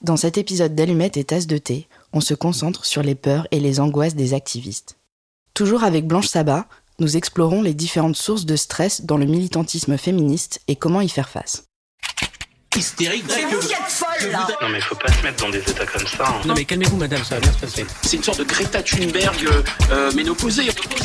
Dans cet épisode d'Allumettes et Tasses de thé, on se concentre sur les peurs et les angoisses des activistes. Toujours avec Blanche Sabat, nous explorons les différentes sources de stress dans le militantisme féministe et comment y faire face. Hystérique, c'est vous qui êtes folle là. Non mais faut pas se mettre dans des états comme ça. Hein. Non mais calmez-vous madame, ça va bien se passer. C'est une sorte de Greta Thunberg ménopausée.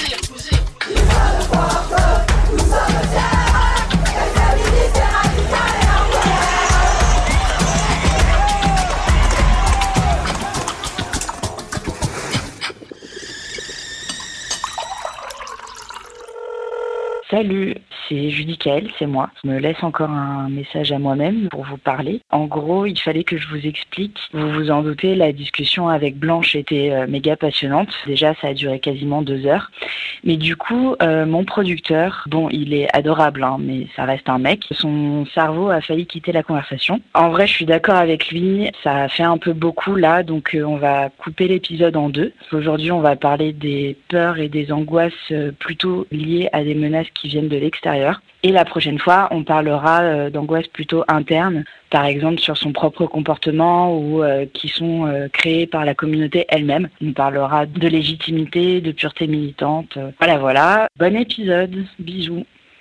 Salut, c'est Judy Kael, c'est moi. Je me laisse encore un message à moi-même pour vous parler. En gros, il fallait que je vous explique. Vous vous en doutez, la discussion avec Blanche était méga passionnante. Déjà, ça a duré quasiment 2 heures. Mais du coup, mon producteur, bon, il est adorable, hein, mais ça reste un mec. Son cerveau a failli quitter la conversation. En vrai, je suis d'accord avec lui. Ça a fait un peu beaucoup là, donc on va couper l'épisode en 2. Aujourd'hui, on va parler des peurs et des angoisses plutôt liées à des menaces qui viennent de l'extérieur. Et la prochaine fois, on parlera d'angoisses plutôt internes, par exemple sur son propre comportement ou qui sont créées par la communauté elle-même. On parlera de légitimité, de pureté militante. Voilà. Bon épisode. Bisous.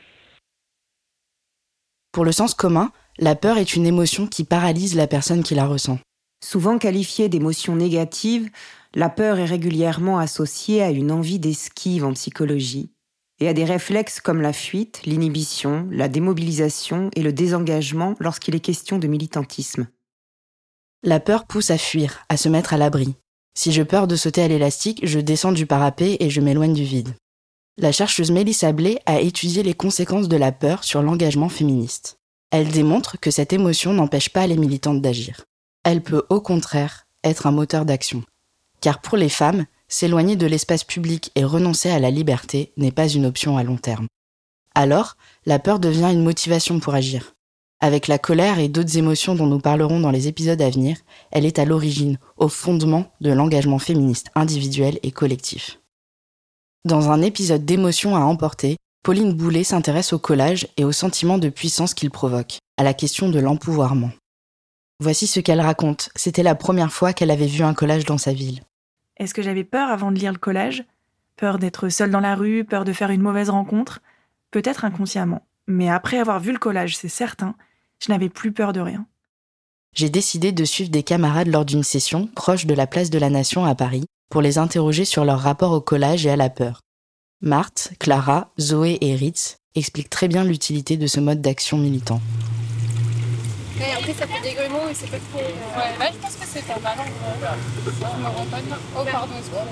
Pour le sens commun, la peur est une émotion qui paralyse la personne qui la ressent. Souvent qualifiée d'émotion négative, la peur est régulièrement associée à une envie d'esquive en psychologie et à des réflexes comme la fuite, l'inhibition, la démobilisation et le désengagement lorsqu'il est question de militantisme. La peur pousse à fuir, à se mettre à l'abri. Si j'ai peur de sauter à l'élastique, je descends du parapet et je m'éloigne du vide. La chercheuse Mélissa Blay a étudié les conséquences de la peur sur l'engagement féministe. Elle démontre que cette émotion n'empêche pas les militantes d'agir. Elle peut au contraire être un moteur d'action. Car pour les femmes, s'éloigner de l'espace public et renoncer à la liberté n'est pas une option à long terme. Alors, la peur devient une motivation pour agir. Avec la colère et d'autres émotions dont nous parlerons dans les épisodes à venir, elle est à l'origine, au fondement de l'engagement féministe individuel et collectif. Dans un épisode d'émotions à emporter, Pauline Boulet s'intéresse au collage et au sentiment de puissance qu'il provoque, à la question de l'empouvoirment. Voici ce qu'elle raconte, c'était la première fois qu'elle avait vu un collage dans sa ville. Est-ce que j'avais peur avant de lire le collage ? Peur d'être seule dans la rue, peur de faire une mauvaise rencontre ? Peut-être inconsciemment. Mais après avoir vu le collage, c'est certain, je n'avais plus peur de rien. J'ai décidé de suivre des camarades lors d'une session proche de la place de la Nation à Paris pour les interroger sur leur rapport au collage et à la peur. Marthe, Clara, Zoé et Ritz expliquent très bien l'utilité de ce mode d'action militant. Et après, ça fait des grumeaux et c'est pas trop... Ouais, là, je pense que c'est pas mal. Je me rends pas bien. Oh, pardon, excuse-moi.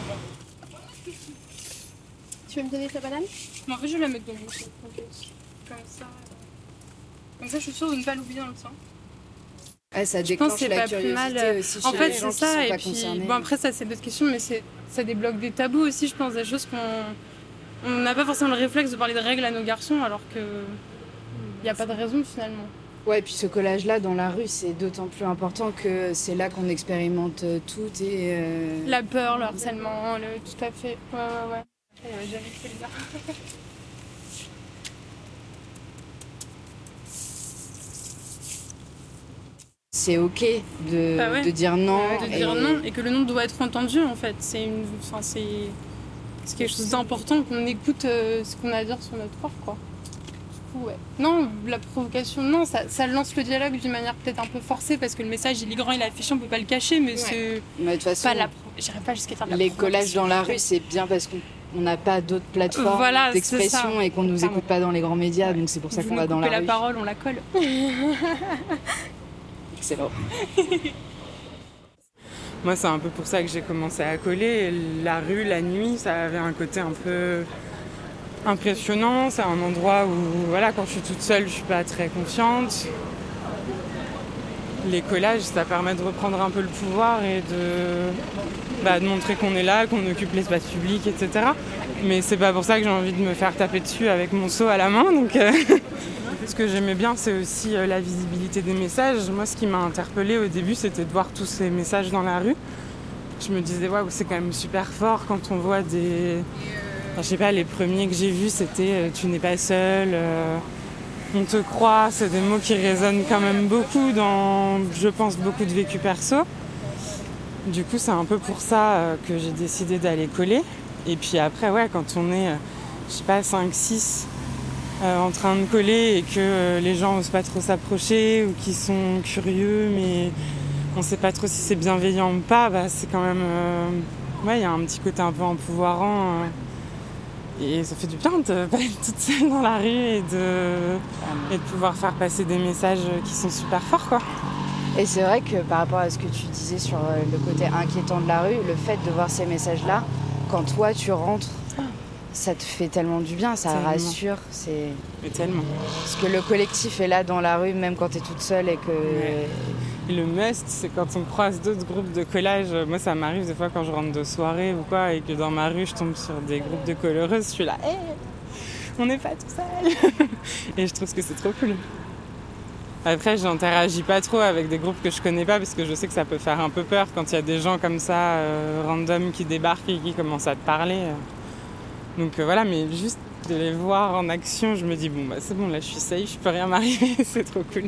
Tu veux me donner ta banane ? Non, en fait, je vais la mettre dans mon sac. Comme ça. Comme ça, je suis sûre de ne pas l'oublier dans le sang. Ouais, ça déclenche la curiosité aussi chez en fait, les gens c'est ça, qui sont et pas puis, concernés. Bon, après, ça, c'est d'autres questions, mais ça débloque des tabous aussi, je pense, des choses on n'a pas forcément le réflexe de parler de règles à nos garçons, alors qu'il n'y a pas de raison, finalement. Ouais, et puis ce collage-là, dans la rue, c'est d'autant plus important que c'est là qu'on expérimente tout et... La peur, le harcèlement, tout à fait. Ouais. Il n'y avait jamais fait les arts. C'est ok de dire non. De dire non, et que le non doit être entendu, en fait. C'est quelque chose d'important qu'on écoute ce qu'on a à dire sur notre corps, quoi. Ouais. Non, la provocation, non, ça lance le dialogue d'une manière peut-être un peu forcée parce que le message il est grand, il est affiché, on peut pas le cacher, mais c'est de toute façon, j'irai pas jusqu'à faire de la les collages dans la rue, c'est bien parce qu'on n'a pas d'autres plateformes d'expression et qu'on nous écoute pas dans les grands médias, donc c'est pour ça qu'on va dans la rue. La parole, on la colle. Excellent. Moi, c'est un peu pour ça que j'ai commencé à coller. La rue, la nuit, ça avait un côté un peu impressionnant. C'est un endroit où, quand je suis toute seule, je suis pas très confiante. Les collages, ça permet de reprendre un peu le pouvoir et de montrer qu'on est là, qu'on occupe l'espace public, etc. Mais c'est pas pour ça que j'ai envie de me faire taper dessus avec mon seau à la main. Donc, ce que j'aimais bien, c'est aussi la visibilité des messages. Moi, ce qui m'a interpellée au début, c'était de voir tous ces messages dans la rue. Je me disais, waouh, c'est quand même super fort quand on voit des... Enfin, je sais pas, les premiers que j'ai vus, c'était « Tu n'es pas seule on te croit, c'est des mots qui résonnent quand même beaucoup dans, je pense, beaucoup de vécu perso. Du coup, c'est un peu pour ça que j'ai décidé d'aller coller. Et puis après, ouais, quand on est, 5-6 en train de coller et que les gens n'osent pas trop s'approcher ou qu'ils sont curieux, mais on ne sait pas trop si c'est bienveillant ou pas, c'est quand même... il y a un petit côté un peu empouvoirant. Et ça fait du bien de pas être toute seule dans la rue et de pouvoir faire passer des messages qui sont super forts, quoi. Et c'est vrai que par rapport à ce que tu disais sur le côté inquiétant de la rue, le fait de voir ces messages-là, quand toi tu rentres, ça te fait tellement du bien, ça tellement. Rassure. Mais tellement. Parce que le collectif est là dans la rue, même quand t'es toute seule et que... Ouais. Et le must, c'est quand on croise d'autres groupes de collage. Moi, ça m'arrive des fois quand je rentre de soirée ou quoi, et que dans ma rue, je tombe sur des groupes de coloreuses, je suis là, on n'est pas tout seul. Et je trouve que c'est trop cool. Après, j'interagis pas trop avec des groupes que je connais pas, parce que je sais que ça peut faire un peu peur quand il y a des gens comme ça, random, qui débarquent et qui commencent à te parler. Donc voilà, mais juste de les voir en action, je me dis, c'est bon, là, je suis safe, je peux rien m'arriver, c'est trop cool.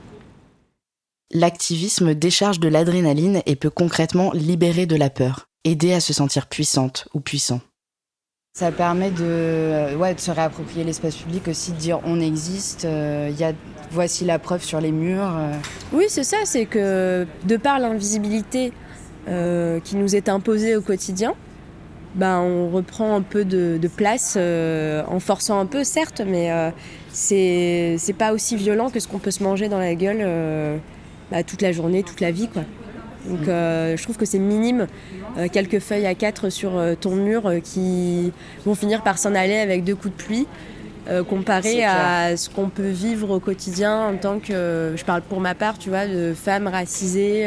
L'activisme décharge de l'adrénaline et peut concrètement libérer de la peur, aider à se sentir puissante ou puissant. Ça permet de se réapproprier l'espace public aussi, de dire on existe, voici la preuve sur les murs. Oui, c'est ça, c'est que de par l'invisibilité qui nous est imposée au quotidien, on reprend un peu de place en forçant un peu, certes, mais c'est pas aussi violent que ce qu'on peut se manger dans la gueule toute la journée, toute la vie, quoi. Donc je trouve que c'est minime, quelques feuilles A4 sur ton mur qui vont finir par s'en aller avec 2 coups de pluie, comparé à ce qu'on peut vivre au quotidien en tant que, je parle pour ma part, tu vois, de femmes racisées,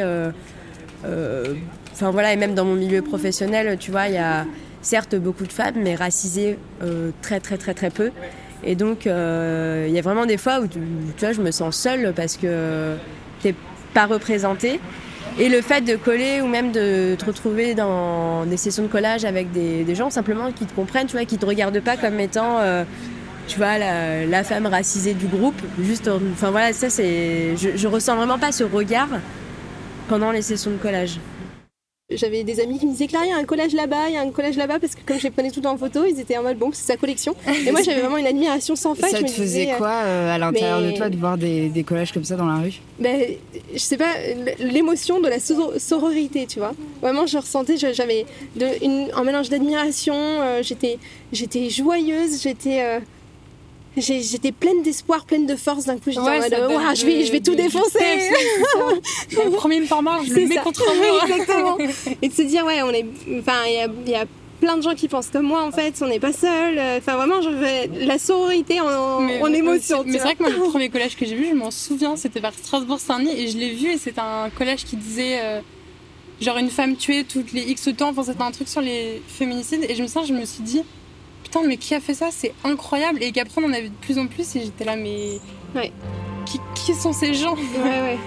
et même dans mon milieu professionnel, tu vois, il y a certes beaucoup de femmes, mais racisées très très très très peu. Et donc il y a vraiment des fois où tu vois, je me sens seule parce que t'es pas représentée. Et le fait de coller ou même de te retrouver dans des sessions de collage avec des gens simplement qui te comprennent, tu vois, qui te regardent pas comme étant, tu vois, la femme racisée du groupe. Juste, ça c'est, je ressens vraiment pas ce regard pendant les sessions de collage. J'avais des amis qui me disaient, Claire, il y a un collage là-bas, parce que comme je les prenais tout le temps en photo, ils étaient en mode, c'est sa collection. Et moi, j'avais vraiment une admiration sans fin. Ça te faisait quoi à l'intérieur de toi de voir des collages comme ça dans la rue ? Je sais pas, l'émotion de la sororité, tu vois. Vraiment, je ressentais, j'avais un mélange d'admiration, j'étais joyeuse, J'étais pleine d'espoir, pleine de force. D'un coup, j'étais en mode, je vais tout défoncer. Le premier me marche, je le mets contre moi. Exactement. Et de se dire, il y a plein de gens qui pensent comme moi, en fait, on n'est pas seul. Vraiment, la sororité en émotion. Mais c'est vrai que moi, le premier collage que j'ai vu, je m'en souviens, c'était vers Strasbourg-Saint-Denis, et je l'ai vu, et c'était un collage qui disait, genre une femme tuée toutes les X temps. C'était un truc sur les féminicides, et je me suis dit, putain, mais qui a fait ça ? C'est incroyable. Et qu'après, on en a vu de plus en plus. Et j'étais là, mais... Ouais. Qui sont ces gens ? Ouais.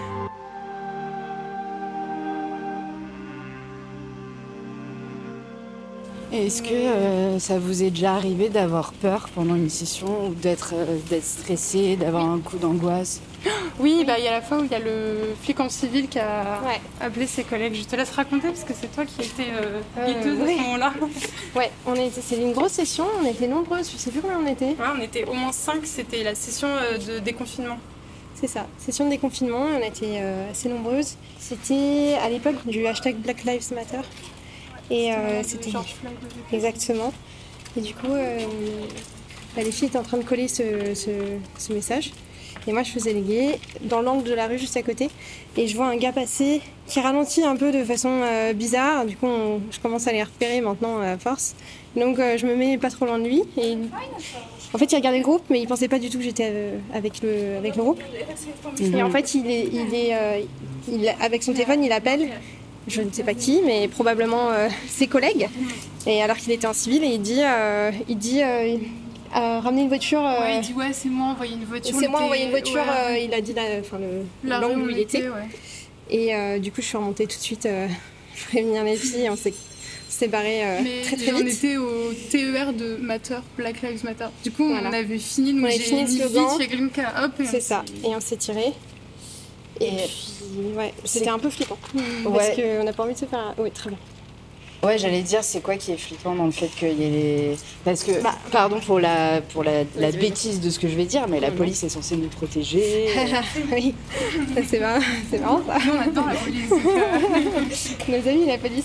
Et est-ce que ça vous est déjà arrivé d'avoir peur pendant une session ou d'être stressé, d'avoir un coup d'angoisse ? Oui, il y a la fois où il y a le flic en civil qui a appelé ses collègues. Je te laisse raconter parce que c'est toi qui étais guetteuse à ce moment-là. Ouais, c'était une grosse session, on était nombreuses, je sais plus combien on était. Ouais, on était au moins 5, c'était la session de déconfinement. C'est ça, session de déconfinement, on était assez nombreuses. C'était à l'époque du hashtag Black Lives Matter. Et c'était exactement. Et du coup, les filles étaient en train de coller ce message. Et moi, je faisais les gays dans l'angle de la rue juste à côté. Et je vois un gars passer qui ralentit un peu de façon bizarre. Du coup, je commence à les repérer maintenant à force. Donc, je me mets pas trop loin de lui. Et en fait, il regardait le groupe, mais il pensait pas du tout que j'étais avec le groupe. Et en fait, il avec son téléphone, il appelle. Je ne sais pas qui, mais probablement ses collègues. Et alors qu'il était en civil, et il dit ramener une voiture. Il dit c'est moi, envoyer une voiture. C'est moi, envoyer une voiture. Il a dit l'angle où il était. Ouais. Et du coup, je suis remontée tout de suite prévenir les filles. On s'est séparés très vite. On était au TER de Matter, Black Lives Matter. Du coup, on avait fini. On avait fini le slogan. C'est ça. Et on s'est tirés. Et puis, ouais, c'était un peu flippant. Parce qu'on n'a pas envie de se faire... Oui, très bien. Ouais, j'allais dire, c'est quoi qui est flippant dans le fait qu'il y ait les... Parce que, pardon pour la bêtise de ce que je vais dire, mais la police est censée nous protéger. Oui, c'est marrant ça. Nous, on adore la police. Nos amis, la police.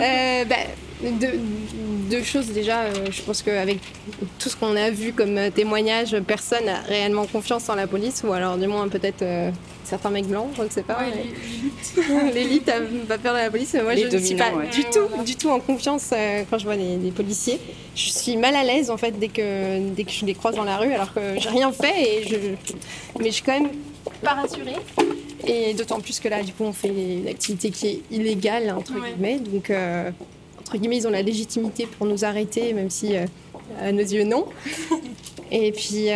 Deux choses déjà, je pense qu'avec tout ce qu'on a vu comme témoignage, personne n'a réellement confiance en la police, ou alors du moins peut-être certains mecs blancs, je ne sais pas. Ouais, l'élite a pas peur de la police, mais moi je ne suis pas du tout en confiance quand je vois des policiers. Je suis mal à l'aise en fait dès que je les croise dans la rue, alors que j'ai rien fait, mais je suis quand même pas rassurée. Et d'autant plus que là, du coup, on fait une activité qui est illégale, entre guillemets, donc... entre guillemets, ils ont la légitimité pour nous arrêter, même si à nos yeux, non. Et puis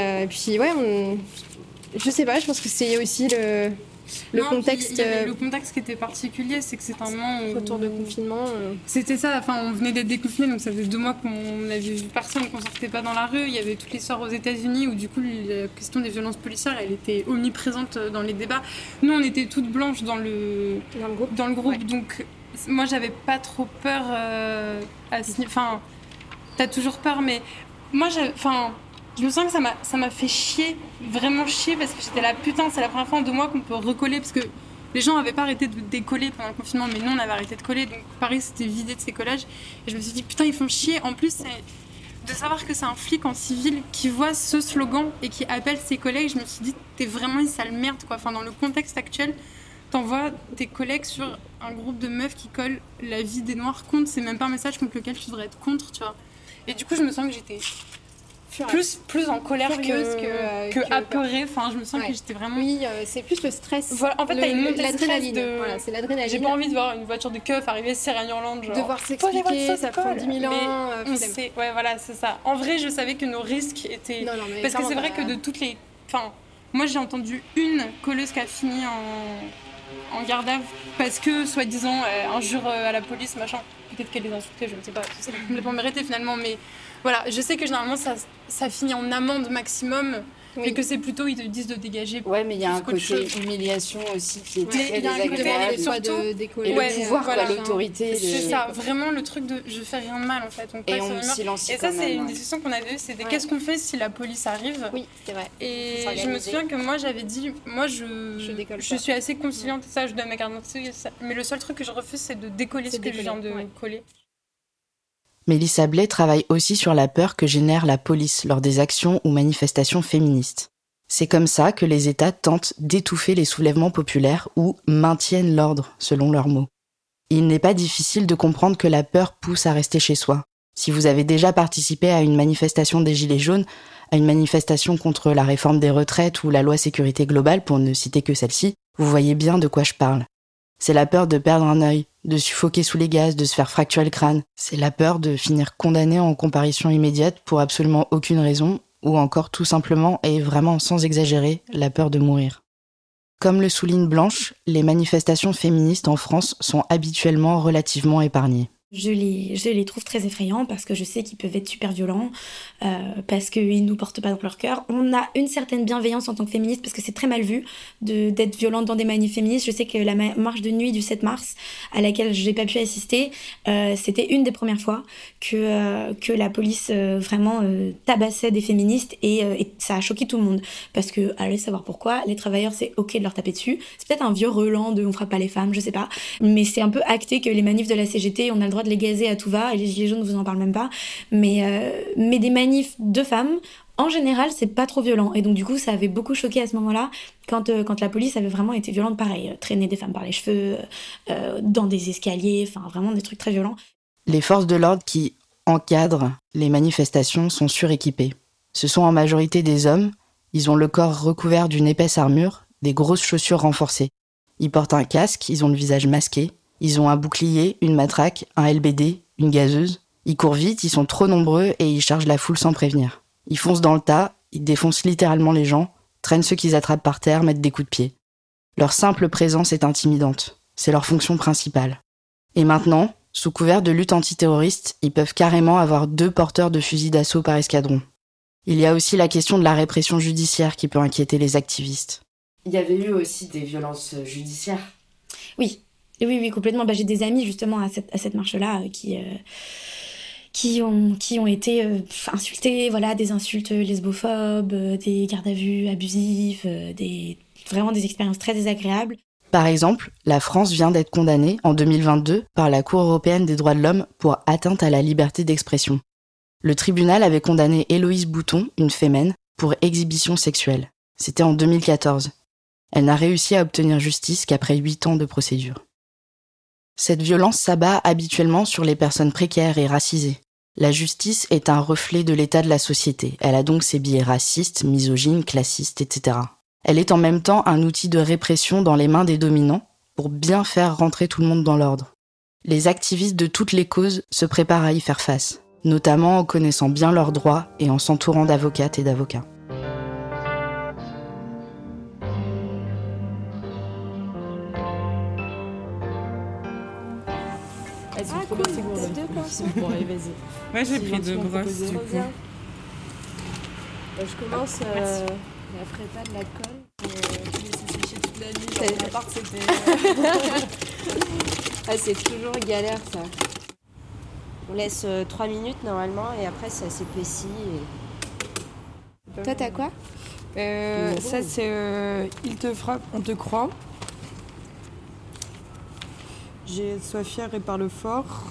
je sais pas, je pense que c'est aussi le contexte. Le contexte qui était particulier, c'est que c'est un moment où... Retour de confinement. C'était ça, enfin, on venait d'être déconfinés, donc ça faisait 2 mois qu'on n'avait vu personne, qu'on sortait pas dans la rue. Il y avait toute l'histoire aux États-Unis où, du coup, la question des violences policières, elle était omniprésente dans les débats. Nous, on était toutes blanches dans le groupe, donc... Moi, j'avais pas trop peur enfin, t'as toujours peur, mais moi, je me sens que ça m'a fait chier, vraiment chier, parce que j'étais là, putain, c'est la première fois en 2 mois qu'on peut recoller, parce que les gens avaient pas arrêté de décoller pendant le confinement, mais nous, on avait arrêté de coller, donc Paris s'était vidé de ses collages, et je me suis dit, putain, ils font chier. En plus, de savoir que c'est un flic en civil qui voit ce slogan et qui appelle ses collègues, je me suis dit, t'es vraiment une sale merde, quoi. Enfin, dans le contexte actuel, t'envoies tes collègues sur un groupe de meufs qui collent la vie des noirs contre, c'est même pas un message contre lequel tu devrais être contre, tu vois. Et du coup, je me sens que j'étais plus en colère que apeurée. Enfin, je me sens que j'étais vraiment... Oui, c'est plus le stress. Voilà, en fait, t'as une montée de stress de... Voilà, c'est l'adrénaline. J'ai pas envie de voir une voiture de keuf arriver sirène-hurlante, genre... Devoir s'expliquer, ça prend 10 000 ans. Ouais, voilà, c'est ça. En vrai, je savais que nos risques étaient... Non, mais parce que c'est vrai que de toutes les... Enfin, moi, j'ai entendu une colleuse qui a fini en garde à vue parce que, soi-disant, injure à la police, machin. Peut-être qu'elle les insultait, je ne sais pas. C'est complètement mérité finalement, mais voilà, je sais que généralement ça finit en amende maximum, mais que c'est plutôt, ils te disent de dégager. Ouais, mais il y a un côté humiliation aussi qui est très désagréable. Et le pouvoir, l'autorité. C'est ça, vraiment le truc de je fais rien de mal en fait. Et on me silencie. Et ça, c'est une discussion qu'on avait eue, c'était qu'est-ce qu'on fait si la police arrive. Oui, c'est vrai. Et je me souviens que moi j'avais dit, moi je suis assez conciliante, ça, je donne ma carte d'identité, mais le seul truc que je refuse, c'est de décoller ce que je viens de coller. Mélissa Blais travaille aussi sur la peur que génère la police lors des actions ou manifestations féministes. C'est comme ça que les États tentent d'étouffer les soulèvements populaires ou maintiennent l'ordre, selon leurs mots. Il n'est pas difficile de comprendre que la peur pousse à rester chez soi. Si vous avez déjà participé à une manifestation des Gilets jaunes, à une manifestation contre la réforme des retraites ou la loi sécurité globale, pour ne citer que celle-ci, vous voyez bien de quoi je parle. C'est la peur de perdre un œil, de suffoquer sous les gaz, de se faire fracturer le crâne. C'est la peur de finir condamné en comparution immédiate pour absolument aucune raison, ou encore tout simplement, et vraiment sans exagérer, la peur de mourir. Comme le souligne Blanche, les manifestations féministes en France sont habituellement relativement épargnées. Je les trouve très effrayants parce que je sais qu'ils peuvent être super violents, parce qu'ils nous portent pas dans leur cœur. On a une certaine bienveillance en tant que féministe parce que c'est très mal vu d'être violente dans des manifs féministes. Je sais que la marche de nuit du 7 mars, à laquelle j'ai pas pu assister, c'était une des premières fois que la police vraiment tabassait des féministes et ça a choqué tout le monde. Parce que, allez savoir pourquoi, les travailleurs c'est ok de leur taper dessus. C'est peut-être un vieux relent de on frappe pas les femmes, je sais pas. Mais c'est un peu acté que les manifs de la CGT, on a le droit de les gazer à tout va, et les Gilets jaunes, vous en parle même pas, mais des manifs de femmes, en général, c'est pas trop violent, et donc du coup, ça avait beaucoup choqué à ce moment-là, quand la police avait vraiment été violente, pareil, traîner des femmes par les cheveux, dans des escaliers, enfin vraiment des trucs très violents. Les forces de l'ordre qui encadrent les manifestations sont suréquipées. Ce sont en majorité des hommes, ils ont le corps recouvert d'une épaisse armure, des grosses chaussures renforcées. Ils portent un casque, ils ont le visage masqué, ils ont un bouclier, une matraque, un LBD, une gazeuse. Ils courent vite, ils sont trop nombreux et ils chargent la foule sans prévenir. Ils foncent dans le tas, ils défoncent littéralement les gens, traînent ceux qu'ils attrapent par terre, mettent des coups de pied. Leur simple présence est intimidante. C'est leur fonction principale. Et maintenant, sous couvert de lutte antiterroriste, ils peuvent carrément avoir 2 porteurs de fusils d'assaut par escadron. Il y a aussi la question de la répression judiciaire qui peut inquiéter les activistes. Il y avait eu aussi des violences judiciaires. Oui, complètement. J'ai des amis justement à cette marche-là qui ont été insultés, voilà, des insultes lesbophobes, des gardes à vue abusifs, vraiment des expériences très désagréables. Par exemple, la France vient d'être condamnée en 2022 par la Cour européenne des droits de l'homme pour atteinte à la liberté d'expression. Le tribunal avait condamné Héloïse Bouton, une fémène, pour exhibition sexuelle. C'était en 2014. Elle n'a réussi à obtenir justice qu'après 8 ans de procédure. Cette violence s'abat habituellement sur les personnes précaires et racisées. La justice est un reflet de l'état de la société. Elle a donc ses biais racistes, misogynes, classistes, etc. Elle est en même temps un outil de répression dans les mains des dominants pour bien faire rentrer tout le monde dans l'ordre. Les activistes de toutes les causes se préparent à y faire face, notamment en connaissant bien leurs droits et en s'entourant d'avocates et d'avocats. Ouais, j'ai pris 2 brosses du coup. Je commence la prépa de la colle. Je me suis séchée toute la nuit. L'appart, c'était... c'est toujours galère ça. On laisse 3 minutes normalement et après ça s'épaissit. Toi t'as quoi Ça c'est Il te frappe, on te croit. J'ai Sois fier et parle fort.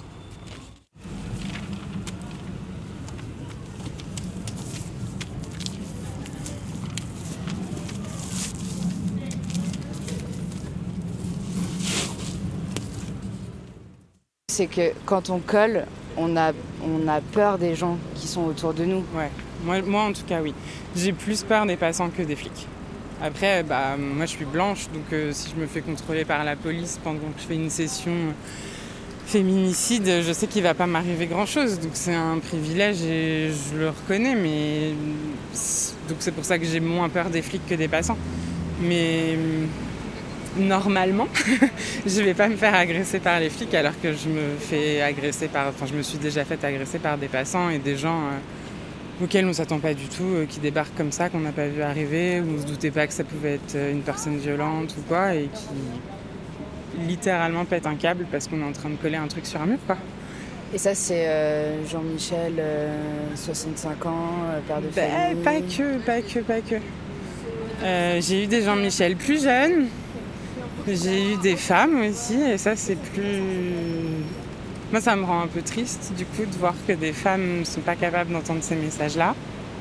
C'est que quand on colle, on a peur des gens qui sont autour de nous. Ouais, moi en tout cas oui. J'ai plus peur des passants que des flics. Après, moi je suis blanche, donc si je me fais contrôler par la police pendant que je fais une session féminicide, je sais qu'il va pas m'arriver grand-chose. Donc c'est un privilège et je le reconnais, mais donc c'est pour ça que j'ai moins peur des flics que des passants. Mais normalement, je vais pas me faire agresser par les flics alors que je me suis déjà fait agresser par des passants et des gens auxquels on ne s'attend pas du tout, qui débarquent comme ça, qu'on n'a pas vu arriver, où on ne se doutait pas que ça pouvait être une personne violente ou quoi, et qui littéralement pètent un câble parce qu'on est en train de coller un truc sur un mur, quoi. Et ça, c'est Jean-Michel, 65 ans, père de famille. Pas que. J'ai eu des Jean-Michel plus jeunes, j'ai eu des femmes aussi, et ça, c'est plus... Moi, ça me rend un peu triste, du coup, de voir que des femmes ne sont pas capables d'entendre ces messages-là.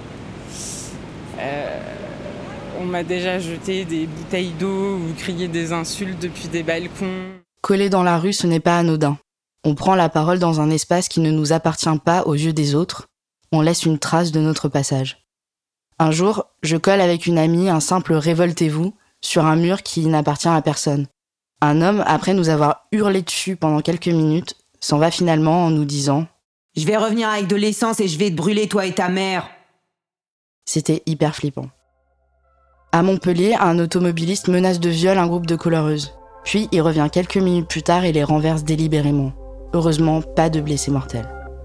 On m'a déjà jeté des bouteilles d'eau ou crié des insultes depuis des balcons. Coller dans la rue, ce n'est pas anodin. On prend la parole dans un espace qui ne nous appartient pas aux yeux des autres. On laisse une trace de notre passage. Un jour, je colle avec une amie un simple « Révoltez-vous » sur un mur qui n'appartient à personne. Un homme, après nous avoir hurlé dessus pendant quelques minutes, s'en va finalement en nous disant « Je vais revenir avec de l'essence et je vais te brûler, toi et ta mère !» C'était hyper flippant. À Montpellier, un automobiliste menace de viol un groupe de coloreuses. Puis il revient quelques minutes plus tard et les renverse délibérément. Heureusement, pas de blessés mortels.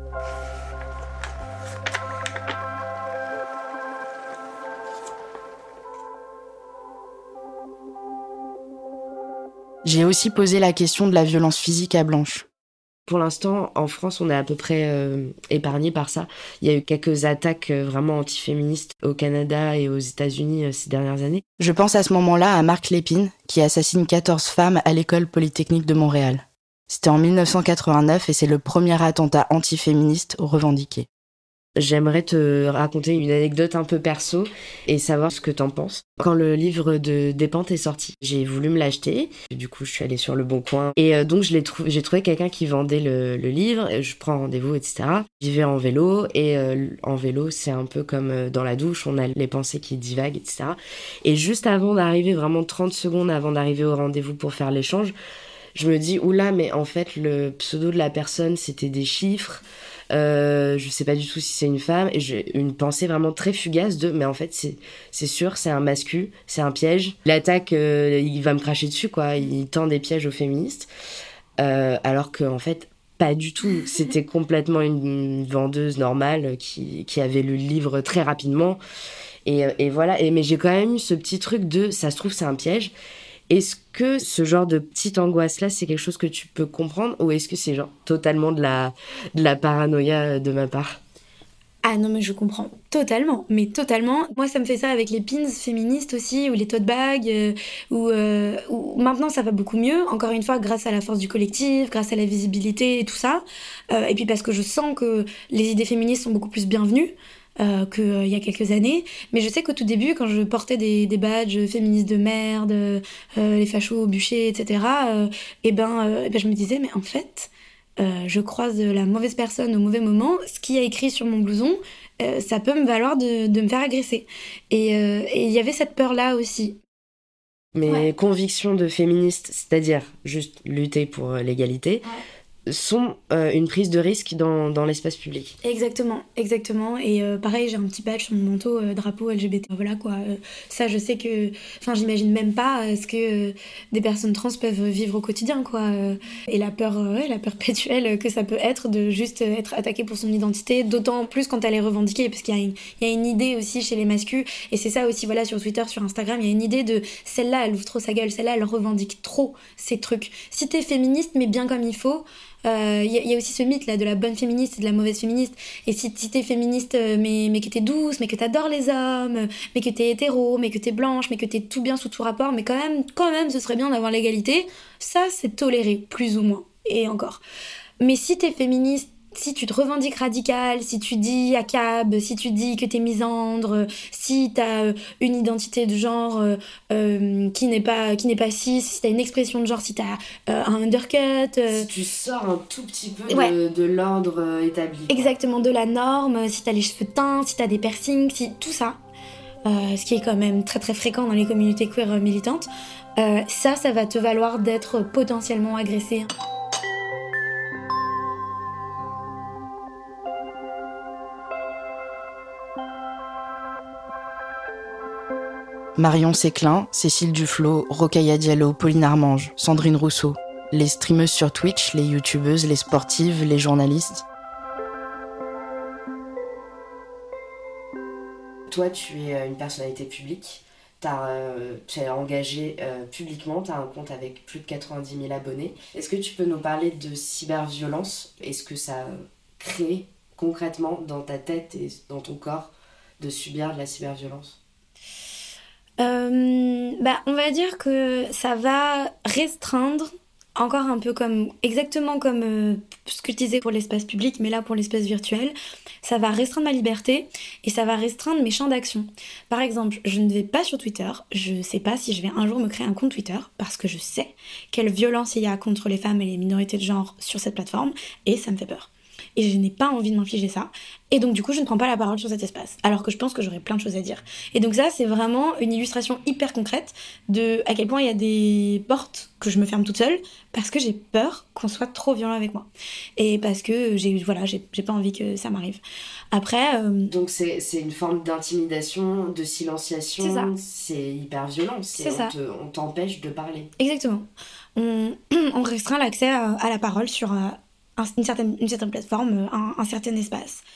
J'ai aussi posé la question de la violence physique à Blanche. Pour l'instant, en France, on est à peu près épargné par ça. Il y a eu quelques attaques vraiment antiféministes au Canada et aux États-Unis ces dernières années. Je pense à ce moment-là à Marc Lépine, qui assassine 14 femmes à l'école polytechnique de Montréal. C'était en 1989 et c'est le premier attentat antiféministe revendiqué. J'aimerais te raconter une anecdote un peu perso et savoir ce que t'en penses. Quand le livre de Despentes est sorti, j'ai voulu me l'acheter. Du coup, je suis allée sur Le Bon Coin et donc j'ai trouvé quelqu'un qui vendait le livre. Je prends rendez-vous, etc. J'y vais en vélo et en vélo, c'est un peu comme dans la douche, on a les pensées qui divaguent, etc. Et juste avant d'arriver, vraiment 30 secondes avant d'arriver au rendez-vous pour faire l'échange, je me dis, oula, mais en fait, le pseudo de la personne, c'était des chiffres. Je sais pas du tout si c'est une femme et j'ai une pensée vraiment très fugace de mais en fait c'est sûr, c'est un mascu, c'est un piège, l'attaque il va me cracher dessus quoi, il tend des pièges aux féministes alors qu'en fait, pas du tout. C'était complètement une vendeuse normale qui avait lu le livre très rapidement. Et voilà. Mais j'ai quand même eu ce petit truc de, ça se trouve, c'est un piège. Est-ce que ce genre de petite angoisse-là, c'est quelque chose que tu peux comprendre, ou est-ce que c'est genre totalement de la paranoïa de ma part ? Ah non, mais je comprends totalement, mais totalement. Moi, ça me fait ça avec les pins féministes aussi, ou les tote bags, où maintenant ça va beaucoup mieux, encore une fois, grâce à la force du collectif, grâce à la visibilité et tout ça. Et puis parce que je sens que les idées féministes sont beaucoup plus bienvenues qu'il y a quelques années. Mais je sais qu'au tout début, quand je portais des badges féministes de merde, les fachos au bûcher, etc., je me disais, mais en fait... je croise la mauvaise personne au mauvais moment, ce qui a écrit sur mon blouson, ça peut me valoir de me faire agresser. Et il y avait cette peur-là aussi. Mes convictions de féministe, c'est-à-dire juste lutter pour l'égalité, sont une prise de risque dans l'espace public. Exactement. Et pareil, j'ai un petit badge sur mon manteau, drapeau LGBT. Voilà quoi. Ça, je sais que... Enfin, j'imagine même pas ce que des personnes trans peuvent vivre au quotidien, quoi. Et la peur perpétuelle que ça peut être de juste être attaqué pour son identité, d'autant plus quand elle est revendiquée, parce qu'il y a une idée aussi chez les masculins, et c'est ça aussi, voilà, sur Twitter, sur Instagram, il y a une idée de celle-là, elle ouvre trop sa gueule, celle-là, elle revendique trop ces trucs. Si t'es féministe, mais bien comme il faut... y a aussi ce mythe là de la bonne féministe et de la mauvaise féministe, et si t'es féministe mais que t'es douce, mais que t'adores les hommes, mais que t'es hétéro, mais que t'es blanche, mais que t'es tout bien sous tout rapport, mais quand même ce serait bien d'avoir l'égalité, ça c'est toléré plus ou moins, et encore. Mais si t'es féministe, si tu te revendiques radical, si tu dis ACAB, si tu dis que t'es misandre, si t'as une identité de genre qui n'est pas cis, si t'as une expression de genre, si t'as un undercut... Si tu sors un tout petit peu de l'ordre établi. Exactement, de la norme, si t'as les cheveux teints, si t'as des piercings, si tout ça, ce qui est quand même très très fréquent dans les communautés queer militantes, ça va te valoir d'être potentiellement agressé. Marion Séclin, Cécile Duflot, Rokhaya Diallo, Pauline Armange, Sandrine Rousseau. Les streameuses sur Twitch, les youtubeuses, les sportives, les journalistes. Toi, tu es une personnalité publique. Tu es engagée publiquement, tu as un compte avec plus de 90 000 abonnés. Est-ce que tu peux nous parler de cyberviolence ? Est-ce que ça crée concrètement dans ta tête et dans ton corps de subir de la cyberviolence ? On va dire que ça va restreindre encore un peu exactement comme ce que je disais pour l'espace public, mais là pour l'espace virtuel, ça va restreindre ma liberté et ça va restreindre mes champs d'action. Par exemple, je ne vais pas sur Twitter, je sais pas si je vais un jour me créer un compte Twitter parce que je sais quelle violence il y a contre les femmes et les minorités de genre sur cette plateforme et ça me fait peur. Et je n'ai pas envie de m'infliger ça. Et donc du coup, je ne prends pas la parole sur cet espace. Alors que je pense que j'aurais plein de choses à dire. Et donc ça, c'est vraiment une illustration hyper concrète de à quel point il y a des portes que je me ferme toute seule parce que j'ai peur qu'on soit trop violent avec moi. Et parce que j'ai pas envie que ça m'arrive. Après... Donc c'est une forme d'intimidation, de silenciation. C'est ça. C'est hyper violent. C'est ça. On t'empêche de parler. Exactement. On restreint l'accès à la parole sur... une certaine plateforme, un certain espace.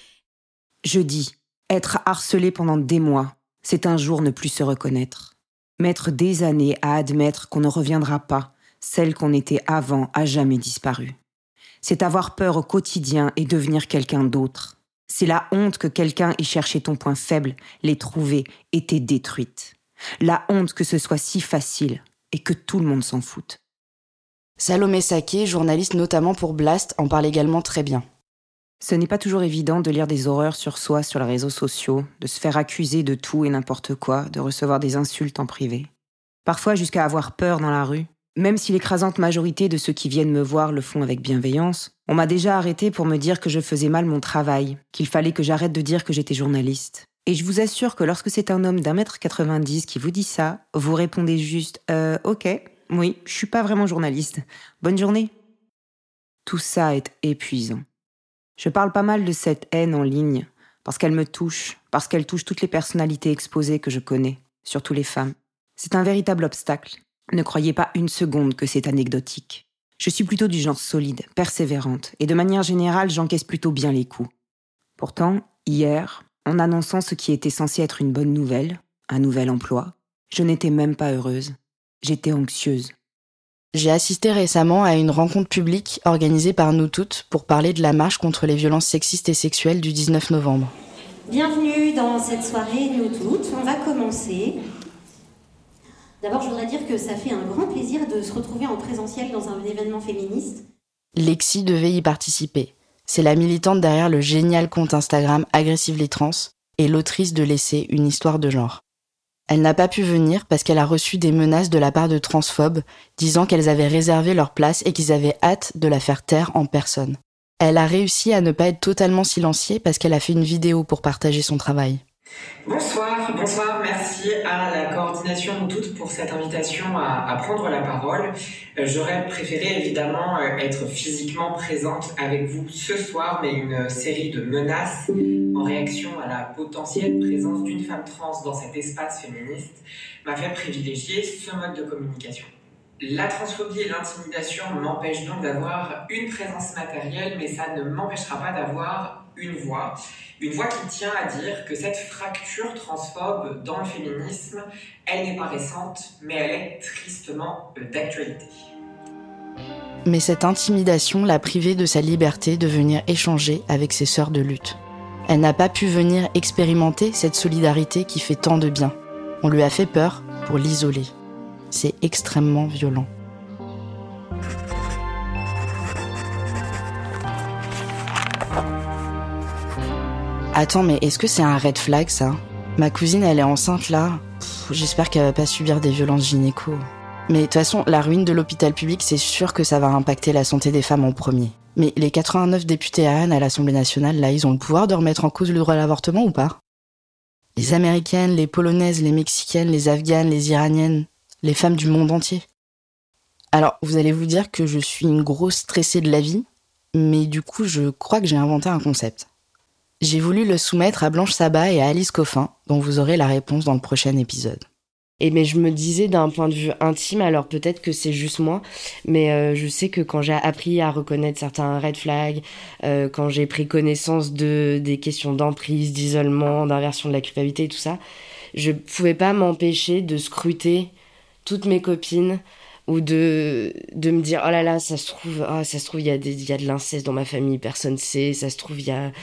Je dis, être harcelé pendant des mois, c'est un jour ne plus se reconnaître. Mettre des années à admettre qu'on ne reviendra pas, celle qu'on était avant a jamais disparu. C'est avoir peur au quotidien et devenir quelqu'un d'autre. C'est la honte que quelqu'un ait cherché ton point faible, l'ait trouvé et t'ait détruite. La honte que ce soit si facile et que tout le monde s'en foute. Salomé Saké, journaliste notamment pour Blast, en parle également très bien. Ce n'est pas toujours évident de lire des horreurs sur soi sur les réseaux sociaux, de se faire accuser de tout et n'importe quoi, de recevoir des insultes en privé. Parfois jusqu'à avoir peur dans la rue. Même si l'écrasante majorité de ceux qui viennent me voir le font avec bienveillance, on m'a déjà arrêté pour me dire que je faisais mal mon travail, qu'il fallait que j'arrête de dire que j'étais journaliste. Et je vous assure que lorsque c'est un homme d'1m90 qui vous dit ça, vous répondez juste « Ok ». Oui, je suis pas vraiment journaliste. Bonne journée. Tout ça est épuisant. Je parle pas mal de cette haine en ligne, parce qu'elle me touche, parce qu'elle touche toutes les personnalités exposées que je connais, surtout les femmes. C'est un véritable obstacle. Ne croyez pas une seconde que c'est anecdotique. Je suis plutôt du genre solide, persévérante, et de manière générale, j'encaisse plutôt bien les coups. Pourtant, hier, en annonçant ce qui était censé être une bonne nouvelle, un nouvel emploi, je n'étais même pas heureuse. J'étais anxieuse. J'ai assisté récemment à une rencontre publique organisée par nous toutes pour parler de la marche contre les violences sexistes et sexuelles du 19 novembre. Bienvenue dans cette soirée, nous toutes. On va commencer. D'abord, je voudrais dire que ça fait un grand plaisir de se retrouver en présentiel dans un événement féministe. Lexi devait y participer. C'est la militante derrière le génial compte Instagram Aggressively Trans et l'autrice de l'essai Une histoire de genre. Elle n'a pas pu venir parce qu'elle a reçu des menaces de la part de transphobes disant qu'elles avaient réservé leur place et qu'ils avaient hâte de la faire taire en personne. Elle a réussi à ne pas être totalement silenciée parce qu'elle a fait une vidéo pour partager son travail. Bonsoir, merci à la coordination Nous Toutes pour cette invitation à prendre la parole. J'aurais préféré évidemment être physiquement présente avec vous ce soir, mais une série de menaces en réaction à la potentielle présence d'une femme trans dans cet espace féministe m'a fait privilégier ce mode de communication. La transphobie et l'intimidation m'empêchent donc d'avoir une présence matérielle, mais ça ne m'empêchera pas d'avoir une voix qui tient à dire que cette fracture transphobe dans le féminisme, elle n'est pas récente, mais elle est tristement d'actualité. Mais cette intimidation l'a privée de sa liberté de venir échanger avec ses sœurs de lutte. Elle n'a pas pu venir expérimenter cette solidarité qui fait tant de bien. On lui a fait peur pour l'isoler. C'est extrêmement violent. Attends, mais est-ce que c'est un red flag, ça ? Ma cousine, elle est enceinte, là. J'espère qu'elle va pas subir des violences gynéco. Mais de toute façon, la ruine de l'hôpital public, c'est sûr que ça va impacter la santé des femmes en premier. Mais les 89 députés à Anne à l'Assemblée nationale, là, ils ont le pouvoir de remettre en cause le droit à l'avortement ou pas ? Les Américaines, les Polonaises, les Mexicaines, les Afghanes, les Iraniennes, les femmes du monde entier. Alors, vous allez vous dire que je suis une grosse stressée de la vie, mais du coup, je crois que j'ai inventé un concept. J'ai voulu le soumettre à Blanche Sabat et à Alice Coffin, dont vous aurez la réponse dans le prochain épisode. Et mais je me disais d'un point de vue intime, alors peut-être que c'est juste moi, mais je sais que quand j'ai appris à reconnaître certains red flags, quand j'ai pris connaissance des questions d'emprise, d'isolement, d'inversion de la culpabilité et tout ça, je pouvais pas m'empêcher de scruter toutes mes copines ou de me dire oh là là, ça se trouve il y a de l'inceste dans ma famille, personne sait, ça se trouve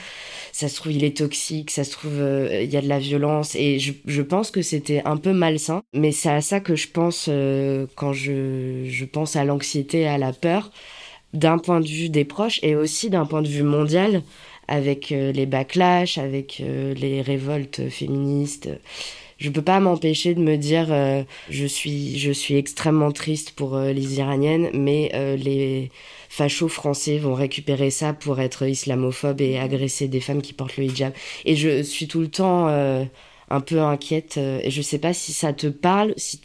il est toxique, ça se trouve il y a de la violence, et je pense que c'était un peu malsain, mais c'est à ça que je pense quand je pense à l'anxiété, à la peur, d'un point de vue des proches et aussi d'un point de vue mondial, avec les backlash, avec les révoltes féministes. Je peux pas m'empêcher de me dire je suis extrêmement triste pour les Iraniennes, mais les fachos français vont récupérer ça pour être islamophobes et agresser des femmes qui portent le hijab. Et je suis tout le temps un peu inquiète, et je sais pas si ça te parle, si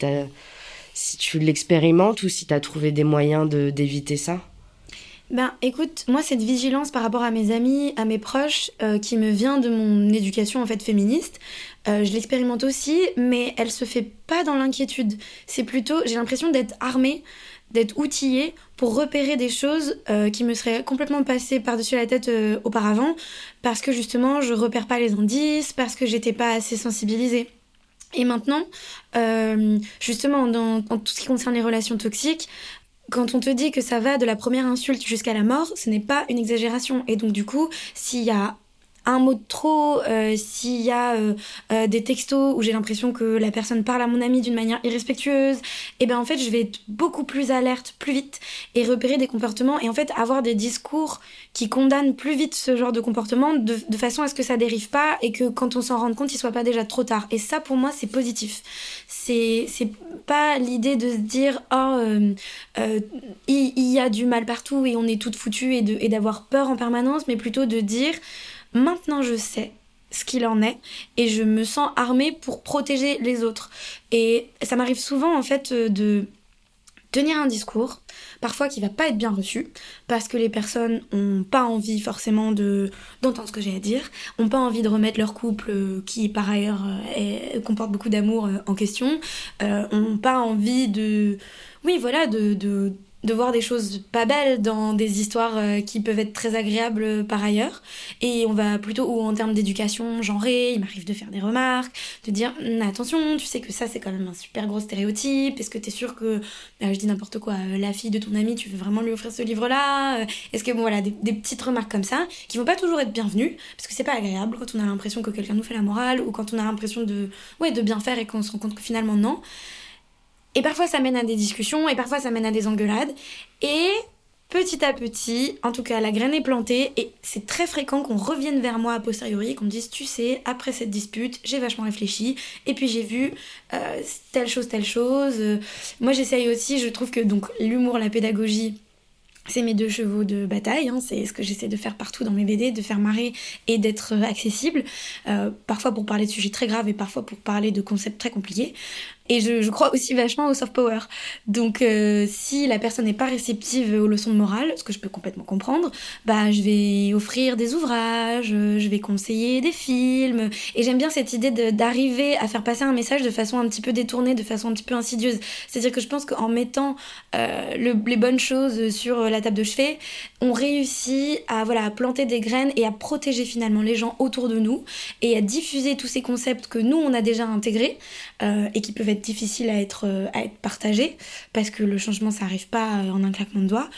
tu l'expérimentes ou si t'as trouvé des moyens d'éviter ça. Ben écoute, moi cette vigilance par rapport à mes amis, à mes proches, qui me vient de mon éducation en fait féministe, je l'expérimente aussi, mais elle se fait pas dans l'inquiétude. C'est plutôt, j'ai l'impression d'être armée, d'être outillée pour repérer des choses qui me seraient complètement passées par-dessus la tête auparavant, parce que justement je repère pas les indices, parce que j'étais pas assez sensibilisée. Et maintenant, justement en tout ce qui concerne les relations toxiques, quand on te dit que ça va de la première insulte jusqu'à la mort, ce n'est pas une exagération. Et donc du coup, s'il y a un mot de trop, s'il y a des textos où j'ai l'impression que la personne parle à mon ami d'une manière irrespectueuse, et ben en fait je vais être beaucoup plus alerte, plus vite, et repérer des comportements, et en fait avoir des discours qui condamnent plus vite ce genre de comportement, de façon à ce que ça dérive pas, et que quand on s'en rende compte, il soit pas déjà trop tard. Et ça pour moi c'est positif. C'est pas l'idée de se dire il y a du mal partout et on est toutes foutues, et d'avoir peur en permanence, mais plutôt de dire maintenant je sais ce qu'il en est et je me sens armée pour protéger les autres. Et ça m'arrive souvent en fait de tenir un discours, parfois qui va pas être bien reçu, parce que les personnes ont pas envie forcément d'entendre ce que j'ai à dire, ont pas envie de remettre leur couple, qui par ailleurs comporte beaucoup d'amour, en question, ont pas envie de de voir des choses pas belles dans des histoires qui peuvent être très agréables par ailleurs. Et on va plutôt, ou en termes d'éducation genrée, il m'arrive de faire des remarques, de dire attention, tu sais que ça c'est quand même un super gros stéréotype, est-ce que t'es sûre que, je dis n'importe quoi, la fille de ton ami, tu veux vraiment lui offrir ce livre-là, est-ce que, bon voilà, des petites remarques comme ça, qui vont pas toujours être bienvenues, parce que c'est pas agréable quand on a l'impression que quelqu'un nous fait la morale, ou quand on a l'impression de bien faire et qu'on se rend compte que finalement non. Et parfois ça mène à des discussions, et parfois ça mène à des engueulades. Et petit à petit, en tout cas la graine est plantée, et c'est très fréquent qu'on revienne vers moi a posteriori, qu'on me dise tu sais, après cette dispute, j'ai vachement réfléchi, et puis j'ai vu telle chose. Moi j'essaye aussi, je trouve que donc l'humour, la pédagogie, c'est mes 2 chevaux de bataille, hein, c'est ce que j'essaie de faire partout dans mes BD, de faire marrer et d'être accessible, parfois pour parler de sujets très graves et parfois pour parler de concepts très compliqués. Et je crois aussi vachement au soft power. Donc si la personne n'est pas réceptive aux leçons de morale, ce que je peux complètement comprendre, je vais offrir des ouvrages, je vais conseiller des films. Et j'aime bien cette idée d'arriver à faire passer un message de façon un petit peu détournée, de façon un petit peu insidieuse. C'est-à-dire que je pense qu'en mettant les bonnes choses sur la table de chevet, on réussit à planter des graines et à protéger finalement les gens autour de nous et à diffuser tous ces concepts que nous on a déjà intégrés et qui peuvent être difficiles à être partagés parce que le changement ça arrive pas en un claquement de doigts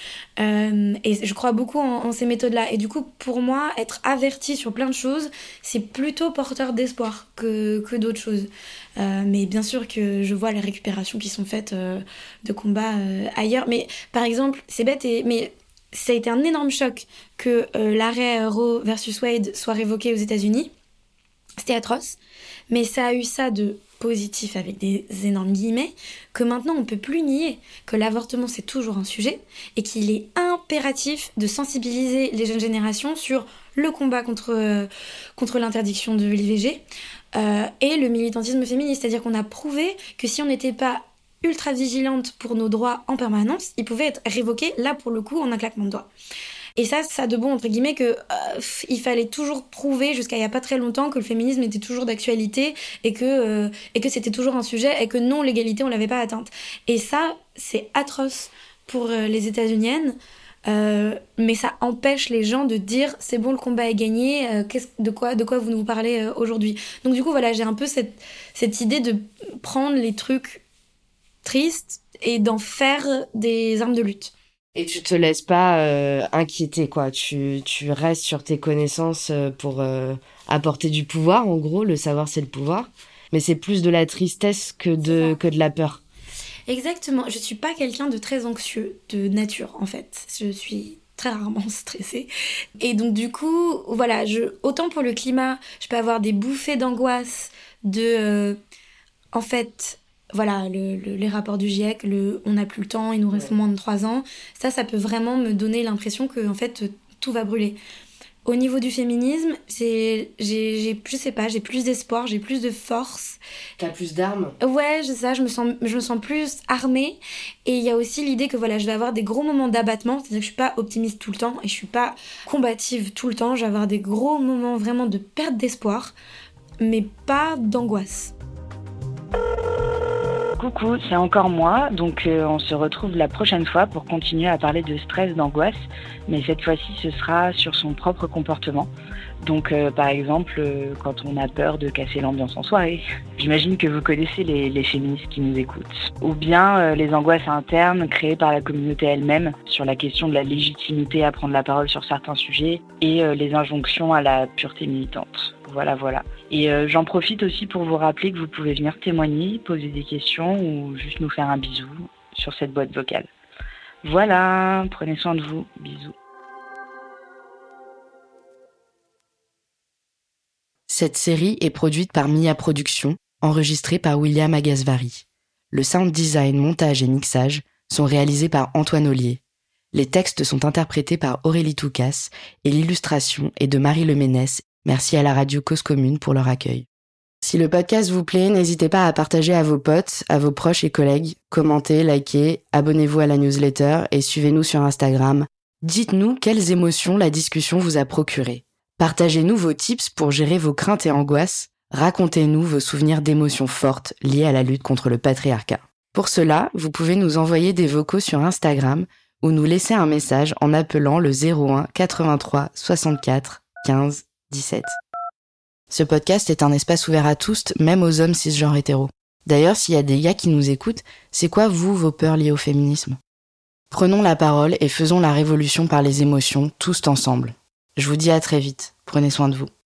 et je crois beaucoup en ces méthodes-là et du coup pour moi être averti sur plein de choses c'est plutôt porteur d'espoir que d'autres choses mais bien sûr que je vois les récupérations qui sont faites de combats ailleurs mais par exemple c'est bête mais ça a été un énorme choc que l'arrêt Roe versus Wade soit révoqué aux États-Unis. C'était atroce, mais ça a eu ça de positif avec des énormes guillemets, que maintenant on peut plus nier que l'avortement c'est toujours un sujet et qu'il est impératif de sensibiliser les jeunes générations sur le combat contre l'interdiction de l'IVG et le militantisme féministe. C'est-à-dire qu'on a prouvé que si on n'était pas ultra vigilante pour nos droits en permanence, ils pouvaient être révoqués là pour le coup en un claquement de doigts. Et ça de bon entre guillemets que il fallait toujours prouver jusqu'à il y a pas très longtemps que le féminisme était toujours d'actualité et que c'était toujours un sujet et que non l'égalité on l'avait pas atteinte. Et ça c'est atroce pour les États-Uniennes. Mais ça empêche les gens de dire c'est bon le combat est gagné, de quoi vous nous parlez aujourd'hui. Donc du coup voilà j'ai un peu cette idée de prendre les trucs tristes et d'en faire des armes de lutte. Et tu te laisses pas inquiéter, quoi. Tu restes sur tes connaissances pour apporter du pouvoir, en gros. Le savoir, c'est le pouvoir. Mais c'est plus de la tristesse que de la peur. Exactement. Je suis pas quelqu'un de très anxieux, de nature, en fait. Je suis très rarement stressée. Et donc, du coup, voilà, autant pour le climat, je peux avoir des bouffées d'angoisse en fait... Voilà, les rapports du GIEC, on n'a plus le temps, il nous reste moins de 3 ans. Ça peut vraiment me donner l'impression que en fait, tout va brûler. Au niveau du féminisme, j'ai plus d'espoir, j'ai plus de force. T'as plus d'armes ? Ouais, je me sens plus armée. Et il y a aussi l'idée que voilà, je vais avoir des gros moments d'abattement, c'est-à-dire que je suis pas optimiste tout le temps et je suis pas combative tout le temps. Je vais avoir des gros moments vraiment de perte d'espoir, mais pas d'angoisse. Coucou, c'est encore moi, donc on se retrouve la prochaine fois pour continuer à parler de stress, d'angoisse, mais cette fois-ci ce sera sur son propre comportement. Donc par exemple, quand on a peur de casser l'ambiance en soirée. J'imagine que vous connaissez les féministes qui nous écoutent. Ou bien les angoisses internes créées par la communauté elle-même sur la question de la légitimité à prendre la parole sur certains sujets et les injonctions à la pureté militante. Voilà. Et j'en profite aussi pour vous rappeler que vous pouvez venir témoigner, poser des questions ou juste nous faire un bisou sur cette boîte vocale. Voilà, prenez soin de vous. Bisous. Cette série est produite par Mia Productions, enregistrée par William Agasvari. Le sound design, montage et mixage sont réalisés par Antoine Ollier. Les textes sont interprétés par Aurélie Toucas et l'illustration est de Marie Leménès. Merci à la radio Cause Commune pour leur accueil. Si le podcast vous plaît, n'hésitez pas à partager à vos potes, à vos proches et collègues, commentez, likez, abonnez-vous à la newsletter et suivez-nous sur Instagram. Dites-nous quelles émotions la discussion vous a procuré. Partagez-nous vos tips pour gérer vos craintes et angoisses. Racontez-nous vos souvenirs d'émotions fortes liées à la lutte contre le patriarcat. Pour cela, vous pouvez nous envoyer des vocaux sur Instagram ou nous laisser un message en appelant le 01 83 64 15 17. Ce podcast est un espace ouvert à tous, même aux hommes cisgenres hétéros. D'ailleurs, s'il y a des gars qui nous écoutent, c'est quoi vos peurs liées au féminisme ? Prenons la parole et faisons la révolution par les émotions, tous ensemble. Je vous dis à très vite. Prenez soin de vous.